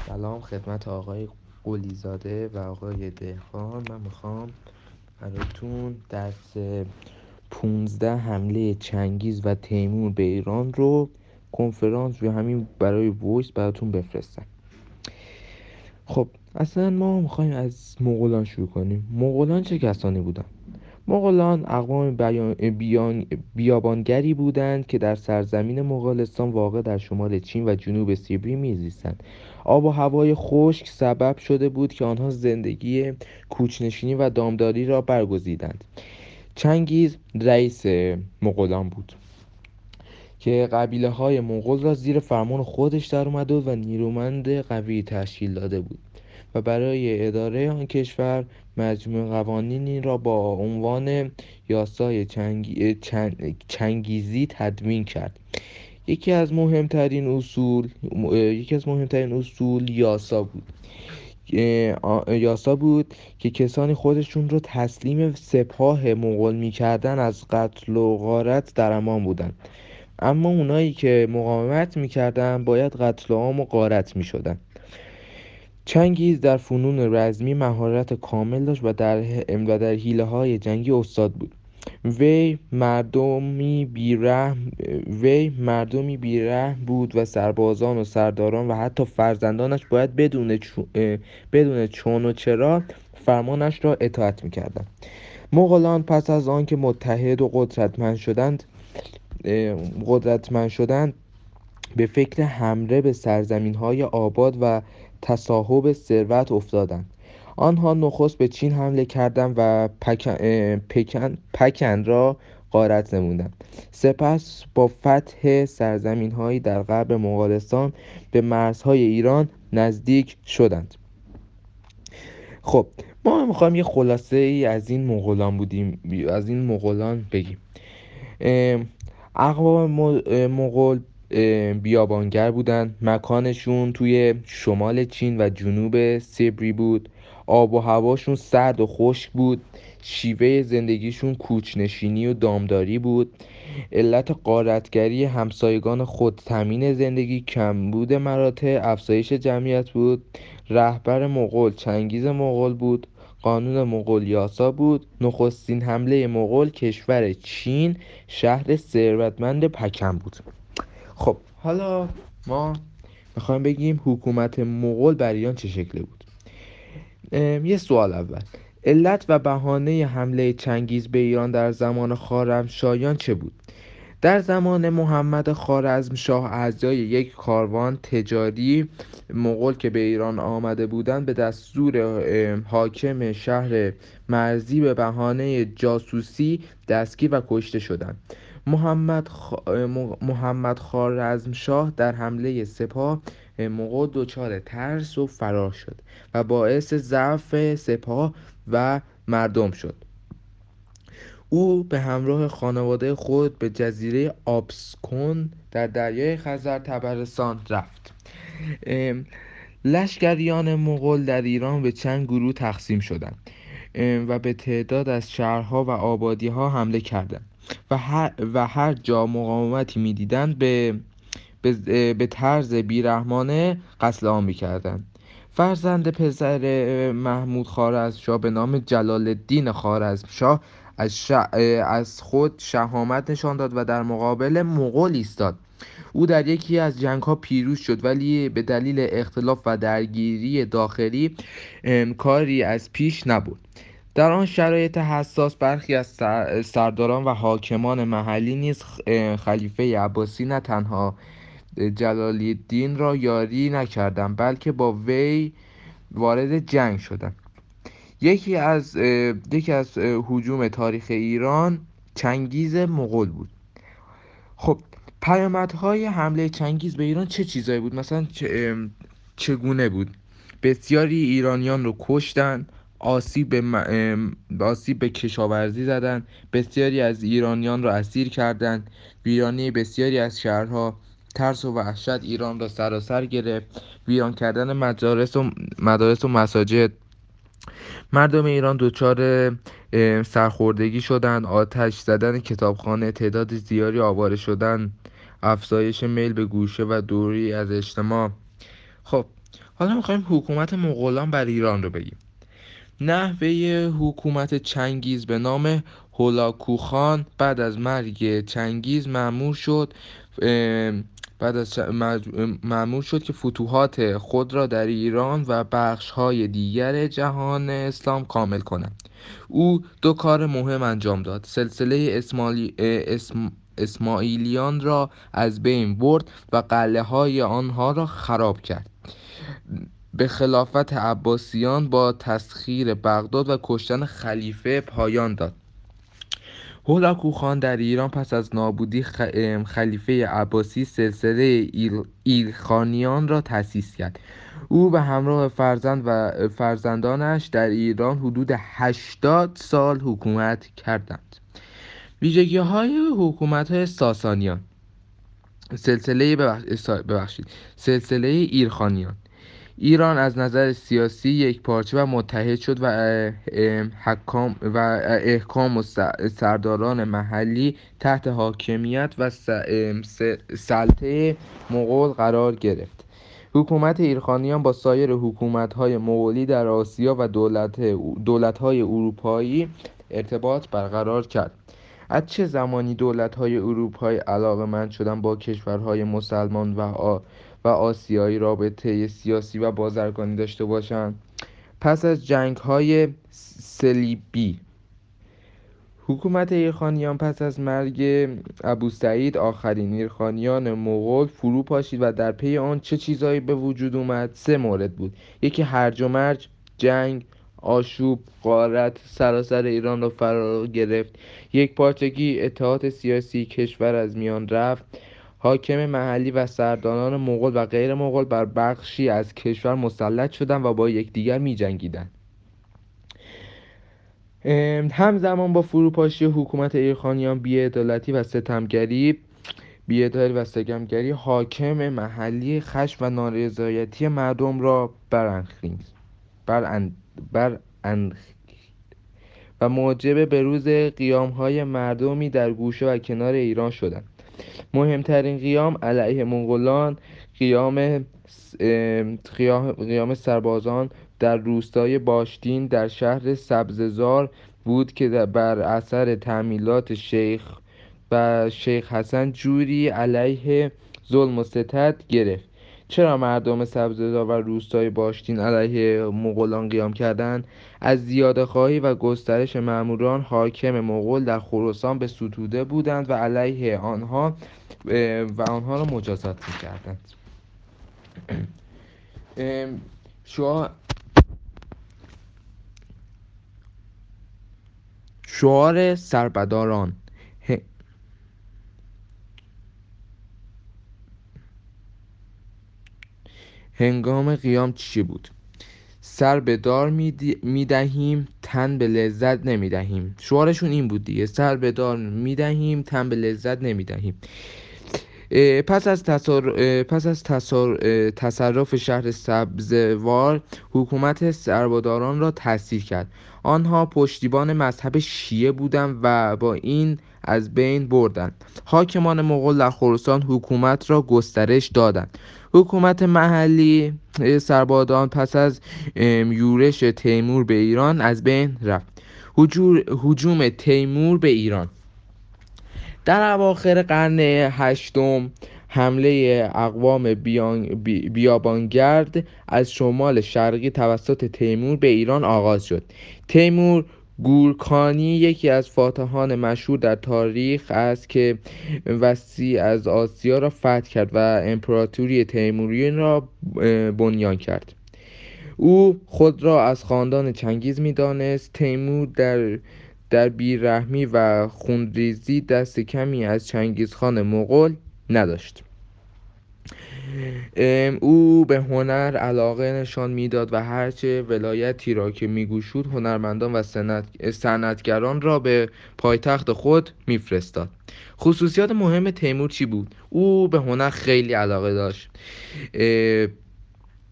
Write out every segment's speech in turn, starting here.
سلام خدمت آقای قلیزاده و آقای دهقان. من میخوام براتون درس 15 حمله چنگیز و تیمور به ایران رو کنفرانس یا همین برای وایس براتون بفرستم. خب اصلا ما میخوایم از مغولان شروع کنیم. مغولان چه کسانی بودن؟ مغولان اقوام بیابانگری بودند که در سرزمین مغولستان واقع در شمال چین و جنوب سیبری میزیستند. آب و هوای خشک سبب شده بود که آنها زندگی کوچنشینی و دامداری را برگزیدند. چنگیز رئیس مغولان بود که قبیله های مغول را زیر فرمان خودش در اومده و نیرومند قوی تشکیل داده بود و برای اداره آن کشور مجموع قوانینی را با عنوان یاسای چنگیزی تدوین کرد. یکی از مهمترین اصول یاسا بود که کسانی خودشون رو تسلیم سپاه مغول میکردن از قتل و غارت در امان بودن، اما اونایی که مقاومت میکردن باید قتل عام و غارت میشدن. چنگیز در فنون رزمی مهارت کامل داشت و در حیله‌های جنگی استاد بود. وی مردمی بیرحم بود و سربازان و سرداران و حتی فرزندانش باید بدون چون و چرا فرمانش را اطاعت میکردند. مغولان پس از آنکه متحد و قدرتمند شدند به فکر حمله به سرزمین‌های آباد و تصاحب ثروت افتادند. آنها نخست به چین حمله کردند و پکن را غارت نمودند. سپس با فتح سرزمین‌هایی در غرب مغولستان به مرزهای ایران نزدیک شدند. خب ما میخوایم یه خلاصه ای از این مغولان بگیم. اقوام مغول بیابانگر بودن. مکانشون توی شمال چین و جنوب سیبری بود. آب و هواشون سرد و خشک بود. شیوه زندگیشون کوچنشینی و دامداری بود. علت غارتگری همسایگان خود تامین زندگی، کمبود مراتع، افزایش جمعیت بود. رهبر مغول چنگیز مغول بود. قانون مغول یاسا بود. نخستین حمله مغول کشور چین شهر ثروتمند پکن بود. خب حالا ما میخوایم بگیم حکومت مغول بر ایران چه شکلی بود. یه سوال اول: علت و بهانه حمله چنگیز به ایران در زمان خوارزمشاهیان چه بود؟ در زمان محمد خوارزمشاه اعضای یک کاروان تجاری مغول که به ایران آمده بودند به دستور حاکم شهر مرزی به بهانه جاسوسی دستگیر و کشته شدند. محمد خوارزمشاه در حمله سپاه مغول دچار ترس و فرار شد و باعث ضعف سپاه و مردم شد. او به همراه خانواده خود به جزیره آبسکون در دریای خزر طبرستان رفت. لشکریان مغول در ایران به چند گروه تقسیم شدند و به تعداد از شهرها و آبادی‌ها حمله کردند و هر جا مقاومتی می‌دیدند به طرز بیرحمانه قتل عام می‌کردند. فرزند پسر محمود خوارزمشاه به نام جلال الدین خوارزمشاه از خود شهامت نشان داد و در مقابل مغول ایستاد. او در یکی از جنگ‌ها پیروز شد، ولی به دلیل اختلاف و درگیری داخلی کاری از پیش نبرد. در آن شرایط حساس برخی از سرداران و حاکمان محلی نیز خلیفه عباسی نه تنها جلال الدین را یاری نکردند بلکه با وی وارد جنگ شدند. یکی از هجوم تاریخ ایران چنگیز مغول بود. خب پیامدهای حمله چنگیز به ایران چه چیزایی بود؟ مثلا چگونه بود؟ بسیاری ایرانیان رو کشتن، آسیب به کشاورزی زدن، بسیاری از ایرانیان را اسیر کردند، ویرانی بسیاری از شهرها، ترس و وحشت ایران را سراسر گرفت، ویران کردن مدارس و مساجد. مردم ایران دچار سرخوردگی شدند، آتش زدن کتابخانه، تعداد زیادی آواره شدن، افزایش میل به گوشه و دوری از اجتماع. خب حالا میخوایم حکومت مغولان بر ایران رو بگیم. نحوه حکومت چنگیز به نام هولاکو خان بعد از مرگ چنگیز مأمور شد مأمور شد که فتوحات خود را در ایران و بخش‌های دیگر جهان اسلام کامل کند. او دو کار مهم انجام داد: سلسله اسماعیلیان را از بین برد و قلعه‌های آنها را خراب کرد. به خلافت عباسیان با تسخیر بغداد و کشتن خلیفه پایان داد. هولاکو خان در ایران پس از نابودی خلیفه عباسی سلسله ایلخانیان را تأسیس کرد. او به همراه فرزند و فرزندانش در ایران حدود 80 سال حکومت کردند. ویژگی‌های حکومت ساسانیان. سلسله ایلخانیان. ایران از نظر سیاسی یکپارچه و متحد شد و احکام و سرداران محلی تحت حاکمیت و سلطه مغول قرار گرفت. حکومت ایلخانیان با سایر حکومت‌های مغولی در آسیا و دولت‌های اروپایی ارتباط برقرار کرد. از چه زمانی دولت‌های اروپایی علاقه‌مند شدند با کشورهای مسلمان و آسیایی رابطه سیاسی و بازرگانی داشته باشند؟ پس از جنگ‌های صلیبی. حکومت ایلخانیان پس از مرگ ابوسعید آخرین ایلخانیان مغول فرو پاشید و در پی آن چه چیزایی به وجود اومد؟ 3 مورد بود. یکی هرج و مرج، جنگ، آشوب، غارت سراسر ایران را فرا گرفت. یک پارچگی، اتحاد سیاسی کشور از میان رفت. حاکم محلی و سرداران مغول و غیر مغول بر بخشی از کشور مسلط شدند و با یکدیگر می جنگیدند. همزمان با فروپاشی حکومت ایلخانیان بی‌عدالتی و ستمگری حاکم محلی خشم و نارضایتی مردم را برانگیخت و موجب بروز قیام‌های مردمی در گوشه و کنار ایران شدند. مهمترین قیام علیه مغولان قیام سربازان در روستای باشتین در شهر سبززار بود که بر اثر تعمیلات شیخ حسن جوری علیه ظلم و ستد گرفت. چرا مردم سبززار و روستای باشتین علیه مغولان قیام کردند؟ از زیاده‌خواهی و گسترش مأموران حاکم مغول در خراسان به ستوده بودند و علیه آنها را مجازات می‌کردند. شعار سربداران. هنگام قیام چی بود؟ سر به دار میدهیم، تن به لذت نمیدهیم. شعارشون این بود دیگه، سر به دار میدهیم، تن به لذت نمیدهیم. پس از تصرف شهر سبزوار حکومت سربداران را تأسیس کرد. آنها پشتیبان مذهب شیعه بودند و با این از بین بردند. حاکمان مغول در خراسان حکومت را گسترش دادند. حکومت محلی سربداران پس از یورش تیمور به ایران از بین رفت. هجوم تیمور به ایران. در اواخر قرن هشتم حمله اقوام بیابانگرد از شمال شرقی توسط تیمور به ایران آغاز شد. تیمور گورکانی یکی از فاتحان مشهور در تاریخ است که وسیع از آسیا را فتح کرد و امپراتوری تیموریان را بنیان کرد. او خود را از خاندان چنگیز می‌دانست. تیمور در بیرحمی و خونریزی دست کمی از چنگیزخان مغول نداشت. او به هنر علاقه نشان میداد و هرچه ولایتی را که میگشود هنرمندان و صنعتگران را به پایتخت خود میفرستاد. خصوصیات مهم تیمور چی بود؟ او به هنر خیلی علاقه داشت.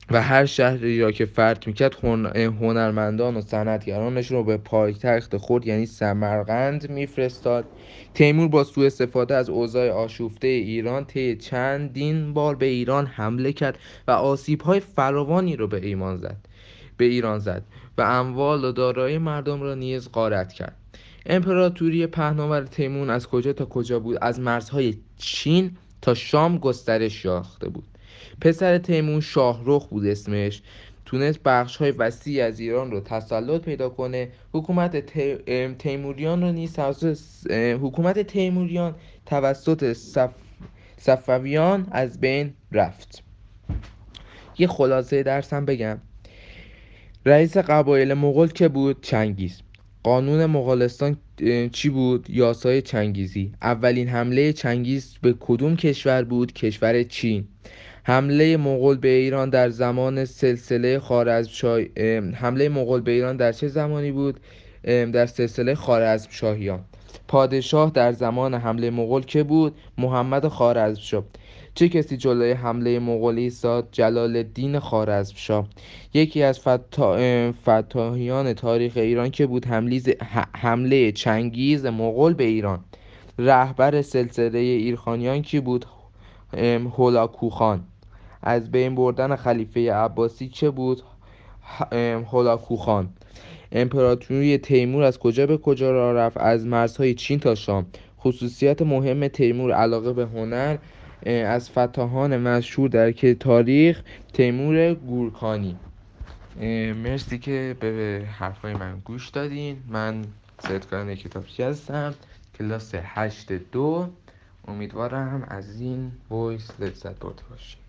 و هر شهری را که فتح میکرد هنرمندان و صنعتگرانش رو به پایتخت خود یعنی سمرقند میفرستاد. تیمور با سوء استفاده از اوضاع آشفته ایران طی چندین بار به ایران حمله کرد و آسیب‌های فراوانی رو به ایران زد و اموال و دارایی مردم را نیز غارت کرد. امپراتوری پهناور تیمور از کجا تا کجا بود؟ از مرزهای چین تا شام گسترش یافته بود. پسر تیمور شاهرخ بود اسمش، تونست بخش‌های وسیعی از ایران رو تسلط پیدا کنه. تیموریان رو نیز حکومت تیموریان توسط صفویان از بین رفت. یه خلاصه درسم بگم. رئیس قبایل مغول که بود؟ چنگیز. قانون مغولستان چی بود؟ یاسای چنگیزی. اولین حمله چنگیز به کدوم کشور بود؟ کشور چین. حمله مغول به ایران در زمان سلسله خوارزمشاهی حمله مغول به ایران در چه زمانی بود؟ در سلسله خوارزمشاهیان. پادشاه در زمان حمله مغول که بود؟ محمد خوارزمشاه. چه کسی جلوی حمله مغولی ایستاد؟ جلال الدین خوارزمشاه. یکی از فتاحیان تاریخ ایران که بود؟ حمله چنگیز مغول به ایران. رهبر سلسله ایرخانیان کی بود؟ هولاکوخان. از بین بردن خلیفه عباسی چه بود؟ هولاکوخان. امپراتوری تیمور از کجا به کجا راه رفت؟ از مرزهای چین تا شام. خصوصیت مهم تیمور: علاقه به هنر. از فتاحان مشهور در تاریخ تیمور گورکانی. مرسی که به حرفای من گوش دادین. من سیدکارم کتابچی هستم، کلاس 8-2. امیدوارم از این وایس لذت برده باشین.